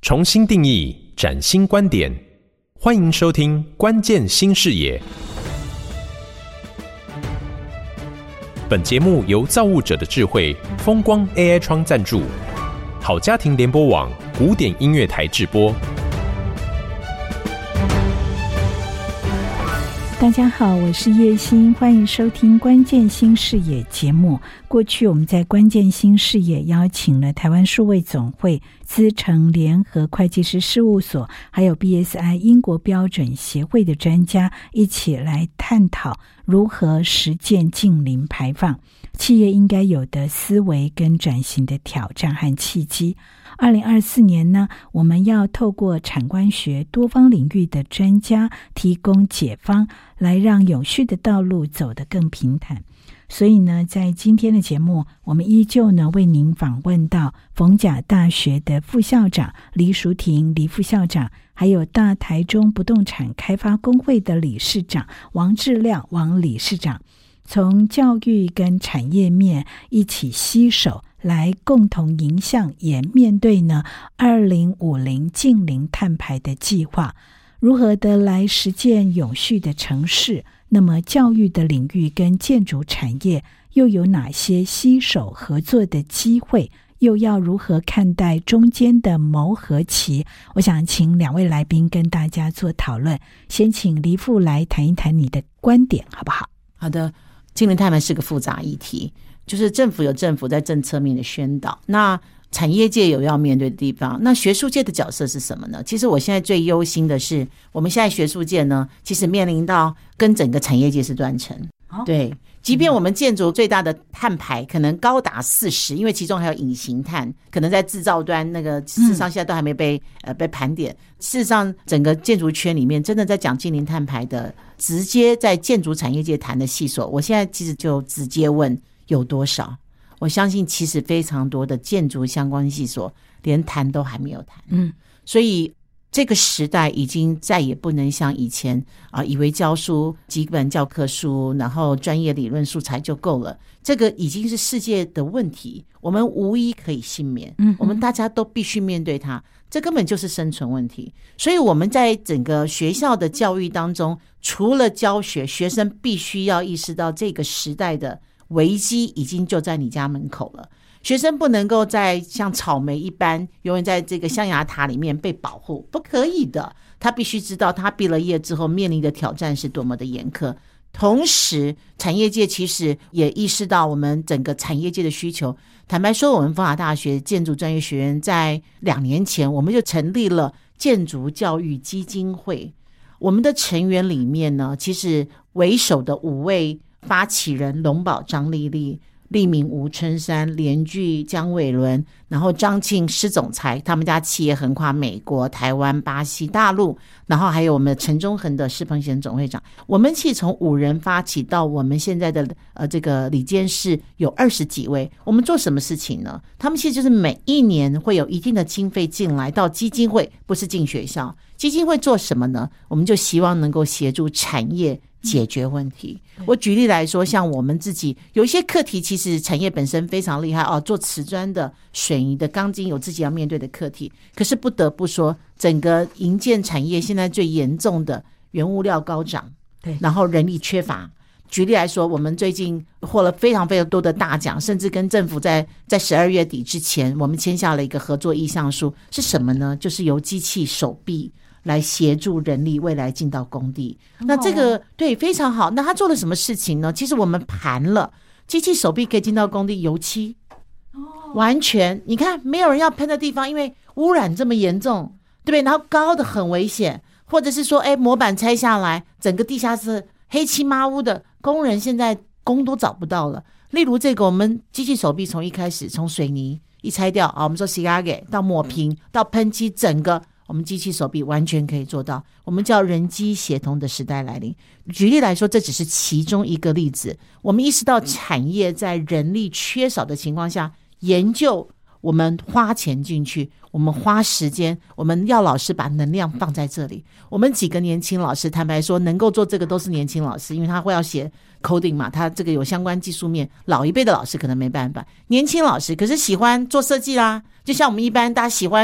重新定义，崭新观点，欢迎收听《关键新视野》。本节目由造物者的智慧风光 AI 窗赞助，好家庭联播网古典音乐台制播。 大家好，我是叶欣，欢迎收听关键新视野节目。过去我们在关键新视野邀请了台湾数位总会、资诚联合会计师事务所，还有 BSI 英国标准协会的专家一起来探讨如何实践净零排放，企业应该有的思维跟转型的挑战和契机。2024年呢，我们要透过产官学多方领域的专家提供解方，来让永续的道路走得更平坦。所以呢，在今天的节目，我们依旧呢为您访问到逢甲大学的副校长黎淑婷黎副校长，还有大台中不动产开发公会的理事长王志亮王理事长，从教育跟产业面一起携手来共同迎向，也面对呢2050净零碳排的计划，如何的来实践永续的城市。那么教育的领域跟建筑产业又有哪些携手合作的机会，又要如何看待中间的磨合期？我想请两位来宾跟大家做讨论。先请黎副来谈一谈你的观点好不好？ 好的，净零碳排是个复杂议题，就是政府有政府在政策面的宣导，那产业界有要面对的地方，那学术界的角色是什么呢？其实我现在最忧心的是，我们现在学术界呢，其实面临到跟整个产业界是断层。对，即便我们建筑最大的碳排可能高达40%，因为其中还有隐形碳，可能在制造端那个事实上现在都还没被盘点。事实上，整个建筑圈里面真的在讲净零碳排的，直接在建筑产业界谈的细所，我现在其实就直接问有多少。我相信其实非常多的建筑相关系所连谈都还没有谈。所以这个时代已经再也不能像以前以为教书几本教科书然后专业理论素材就够了，这个已经是世界的问题，我们无一可以幸免。我们大家都必须面对它，这根本就是生存问题。所以我们在整个学校的教育当中，除了教学，学生必须要意识到这个时代的危机已经就在你家门口了。学生不能够再像草莓一般永远在这个象牙塔里面被保护，不可以的。他必须知道他毕了业之后面临的挑战是多么的严苛。同时产业界其实也意识到我们整个产业界的需求。坦白说，我们逢甲大学建筑专业学院在2年前我们就成立了建筑教育基金会，我们的成员里面呢，其实为首的5位发起人龙宝、张丽丽、立明、吴春山、连聚、江伟伦，然后张庆施总裁，他们家企业横跨美国、台湾、巴西、大陆，然后还有我们陈忠恒的施鹏贤总会长。我们其实从5人发起到我们现在的这个理监事有20几位。我们做什么事情呢？他们其实就是每一年会有一定的经费进来到基金会，不是进学校。基金会做什么呢？我们就希望能够协助产业解决问题。我举例来说，像我们自己有一些课题，其实产业本身非常厉害做瓷砖的、水泥的、钢筋有自己要面对的课题。可是不得不说，整个营建产业现在最严重的原物料高涨，对，然后人力缺乏。举例来说，我们最近获了非常非常多的大奖，甚至跟政府在12月底之前，我们签下了一个合作意向书。是什么呢？就是由机器手臂来协助人力未来进到工地。那这个对非常好。那他做了什么事情呢？其实我们盘了机器手臂可以进到工地，油漆完全你看没有人要喷的地方，因为污染这么严重，对不对？然后高的很危险，或者是说模板拆下来整个地下室黑漆麻乌的，工人现在工都找不到了。例如这个我们机器手臂从一开始从水泥一拆掉我们说洗牙给到抹平到喷漆，整个我们机器手臂完全可以做到，我们叫人机协同的时代来临。举例来说，这只是其中一个例子。我们意识到产业在人力缺少的情况下，研究我们花钱进去，我们花时间，我们要老师把能量放在这里。我们几个年轻老师，坦白说能够做这个都是年轻老师，因为他会要写 coding 嘛，他这个有相关技术面，老一辈的老师可能没办法。年轻老师可是喜欢做设计啦，就像我们一般大家喜欢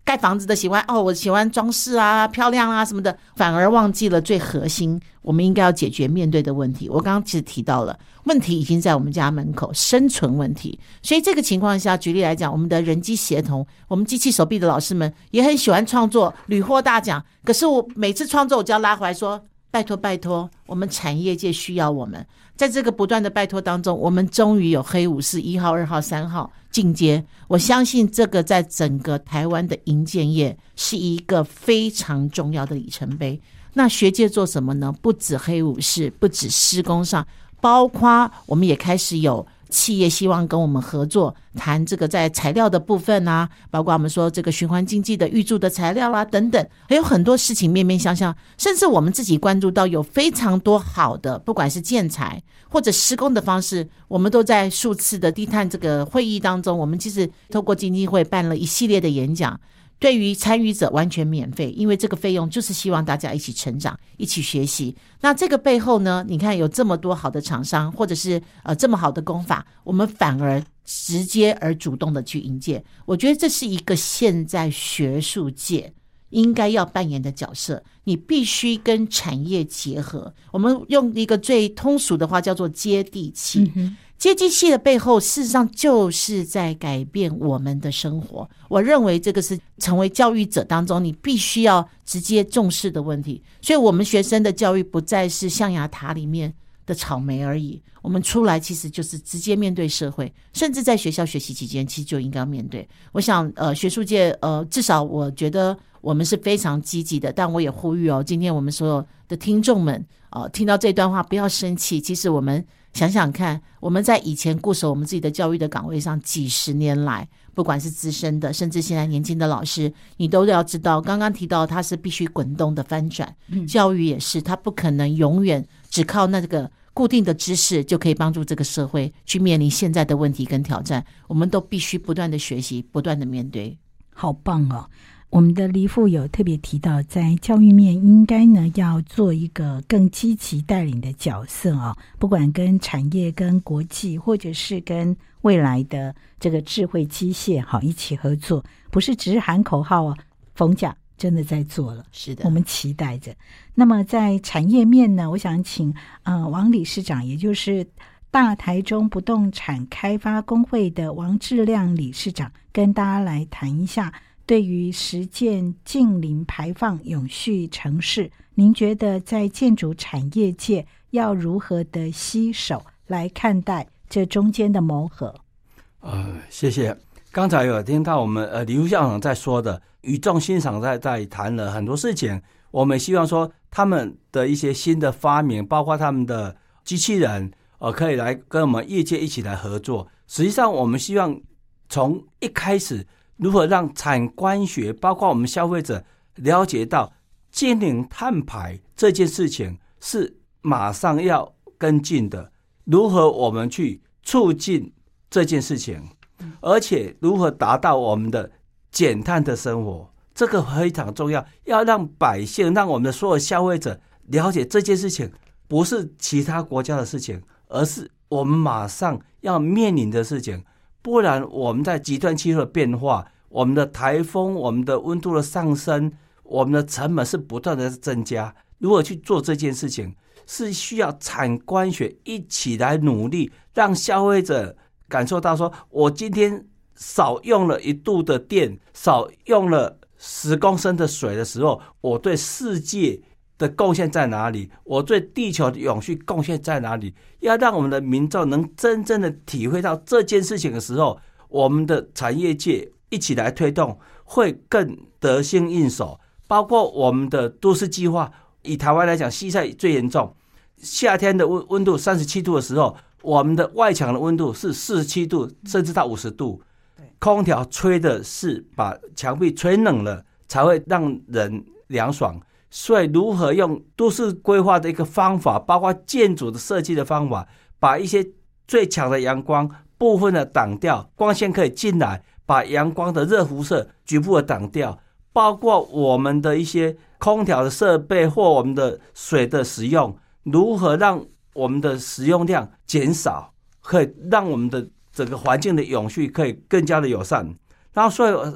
盖房子的喜欢我喜欢装饰啊、漂亮啊什么的，反而忘记了最核心我们应该要解决面对的问题。我刚刚其实提到了问题已经在我们家门口，生存问题。所以这个情况下，举例来讲，我们的人机协同，我们机器手臂的老师们也很喜欢创作，屡获大奖。可是我每次创作我就要拉回来说，拜托，我们产业界需要我们。在这个不断的拜托当中，我们终于有黑武士1号、2号、3号进阶。我相信这个在整个台湾的营建业是一个非常重要的里程碑。那学界做什么呢？不止黑武士，不止施工上，包括我们也开始有企业希望跟我们合作，谈这个在材料的部分啊，包括我们说这个循环经济的预铸的材料啊等等，还有很多事情面面相向，甚至我们自己关注到有非常多好的，不管是建材或者施工的方式，我们都在数次的低碳这个会议当中，我们其实透过经济会办了一系列的演讲，对于参与者完全免费，因为这个费用就是希望大家一起成长，一起学习。那这个背后呢，你看有这么多好的厂商，或者是这么好的工法，我们反而直接而主动的去迎接。我觉得这是一个现在学术界应该要扮演的角色，你必须跟产业结合。我们用一个最通俗的话叫做接地气。接地气的背后事实上就是在改变我们的生活，我认为这个是成为教育者当中你必须要直接重视的问题。所以我们学生的教育不再是象牙塔里面的草莓而已，我们出来其实就是直接面对社会，甚至在学校学习期间其实就应该面对。我想学术界至少我觉得我们是非常积极的，但我也呼吁今天我们所有的听众们听到这段话不要生气。其实我们想想看，我们在以前固守我们自己的教育的岗位上几十年来，不管是资深的甚至现在年轻的老师，你都要知道，刚刚提到它是必须滚动的翻转，教育也是，它不可能永远只靠那个固定的知识就可以帮助这个社会去面临现在的问题跟挑战，我们都必须不断的学习，不断的面对。 好棒哦！我们的黎副有特别提到，在教育面应该呢要做一个更积极带领的角色不管跟产业、跟国际，或者是跟未来的这个智慧机械一起合作，不是只是喊口号逢甲真的在做了， 是的， 我们期待着。那么在产业面呢，我想请王理事长，也就是大台中不动产开发公会的王志亮理事长，跟大家来谈一下对于实践净零排放永续城市，您觉得在建筑产业界要如何的携手来看待这中间的磨合？ 谢谢。刚才有听到我们李副校长在说的，语重心长在谈了很多事情。我们希望说他们的一些新的发明，包括他们的机器人可以来跟我们业界一起来合作。实际上我们希望从一开始如何让产官学包括我们消费者了解到净零碳排这件事情是马上要跟进的，如何我们去促进这件事情，而且如何达到我们的减碳的生活，这个非常重要。要让百姓，让我们的所有消费者了解这件事情不是其他国家的事情，而是我们马上要面临的事情。不然我们在极端气候的变化，我们的台风，我们的温度的上升，我们的成本是不断的增加。如何去做这件事情，是需要产官学一起来努力，让消费者感受到说，我今天少用了1度的电，少用了10公升的水的时候，我对世界的贡献在哪里？我对地球的永续贡献在哪里？要让我们的民众能真正的体会到这件事情的时候，我们的产业界一起来推动，会更得心应手。包括我们的都市计划，以台湾来讲，西晒最严重，夏天的温度37度的时候，我们的外墙的温度是47度，甚至到50度。空调吹的是把墙壁吹冷了，才会让人凉爽。所以如何用都市规划的一个方法，包括建筑的设计的方法，把一些最强的阳光部分的挡掉，光线可以进来，把阳光的热辐射局部的挡掉，包括我们的一些空调的设备或我们的水的使用，如何让我们的使用量减少，可以让我们的整个环境的永续可以更加的友善。然后所以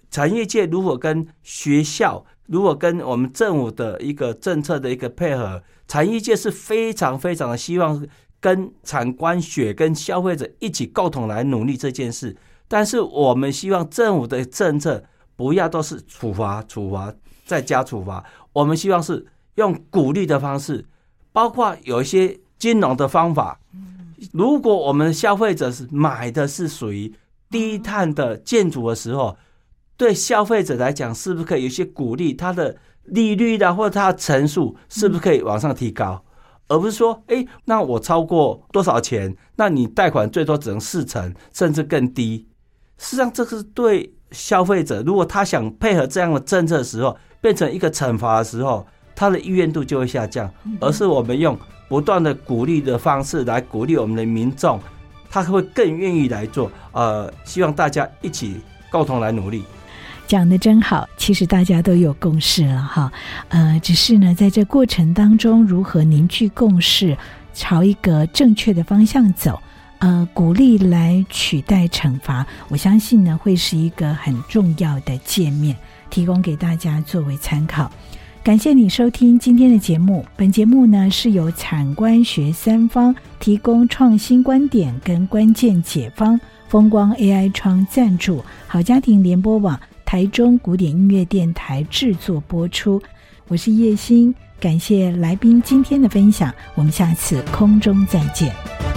产业界如果跟学校，如果跟我们政府的一个政策的一个配合，产业界是非常非常的希望跟产官学跟消费者一起共同来努力这件事。但是我们希望政府的政策不要都是处罚再加处罚，我们希望是用鼓励的方式，包括有一些金融的方法。如果我们消费者是买的是属于低碳的建筑的时候，对消费者来讲是不是可以有一些鼓励，它的利率或者它的成数是不是可以往上提高，而不是说那我超过多少钱，那你贷款最多只能40%甚至更低。事实上这是对消费者，如果他想配合这样的政策的时候变成一个惩罚的时候，他的意愿度就会下降，而是我们用不断的鼓励的方式来鼓励我们的民众，他会更愿意来做。希望大家一起共同来努力。 讲得真好，其实大家都有共识了哈，只是呢，在这过程当中，如何凝聚共识，朝一个正确的方向走，鼓励来取代惩罚，我相信呢，会是一个很重要的界面，提供给大家作为参考。感谢你收听今天的节目，本节目呢是由产官学三方提供创新观点跟关键解方，风光 AI 窗赞助，好家庭联播网台中古典音乐电台制作播出。我是叶欣，感谢来宾今天的分享，我们下次空中再见。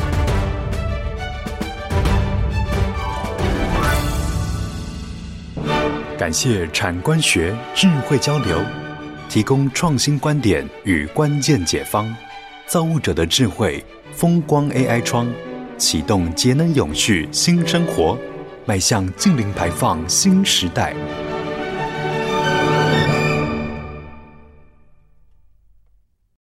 感谢产官学智慧交流，提供创新观点与关键解方，造物者的智慧，风光 AI 窗，启动节能永续新生活，迈向净零排放新时代。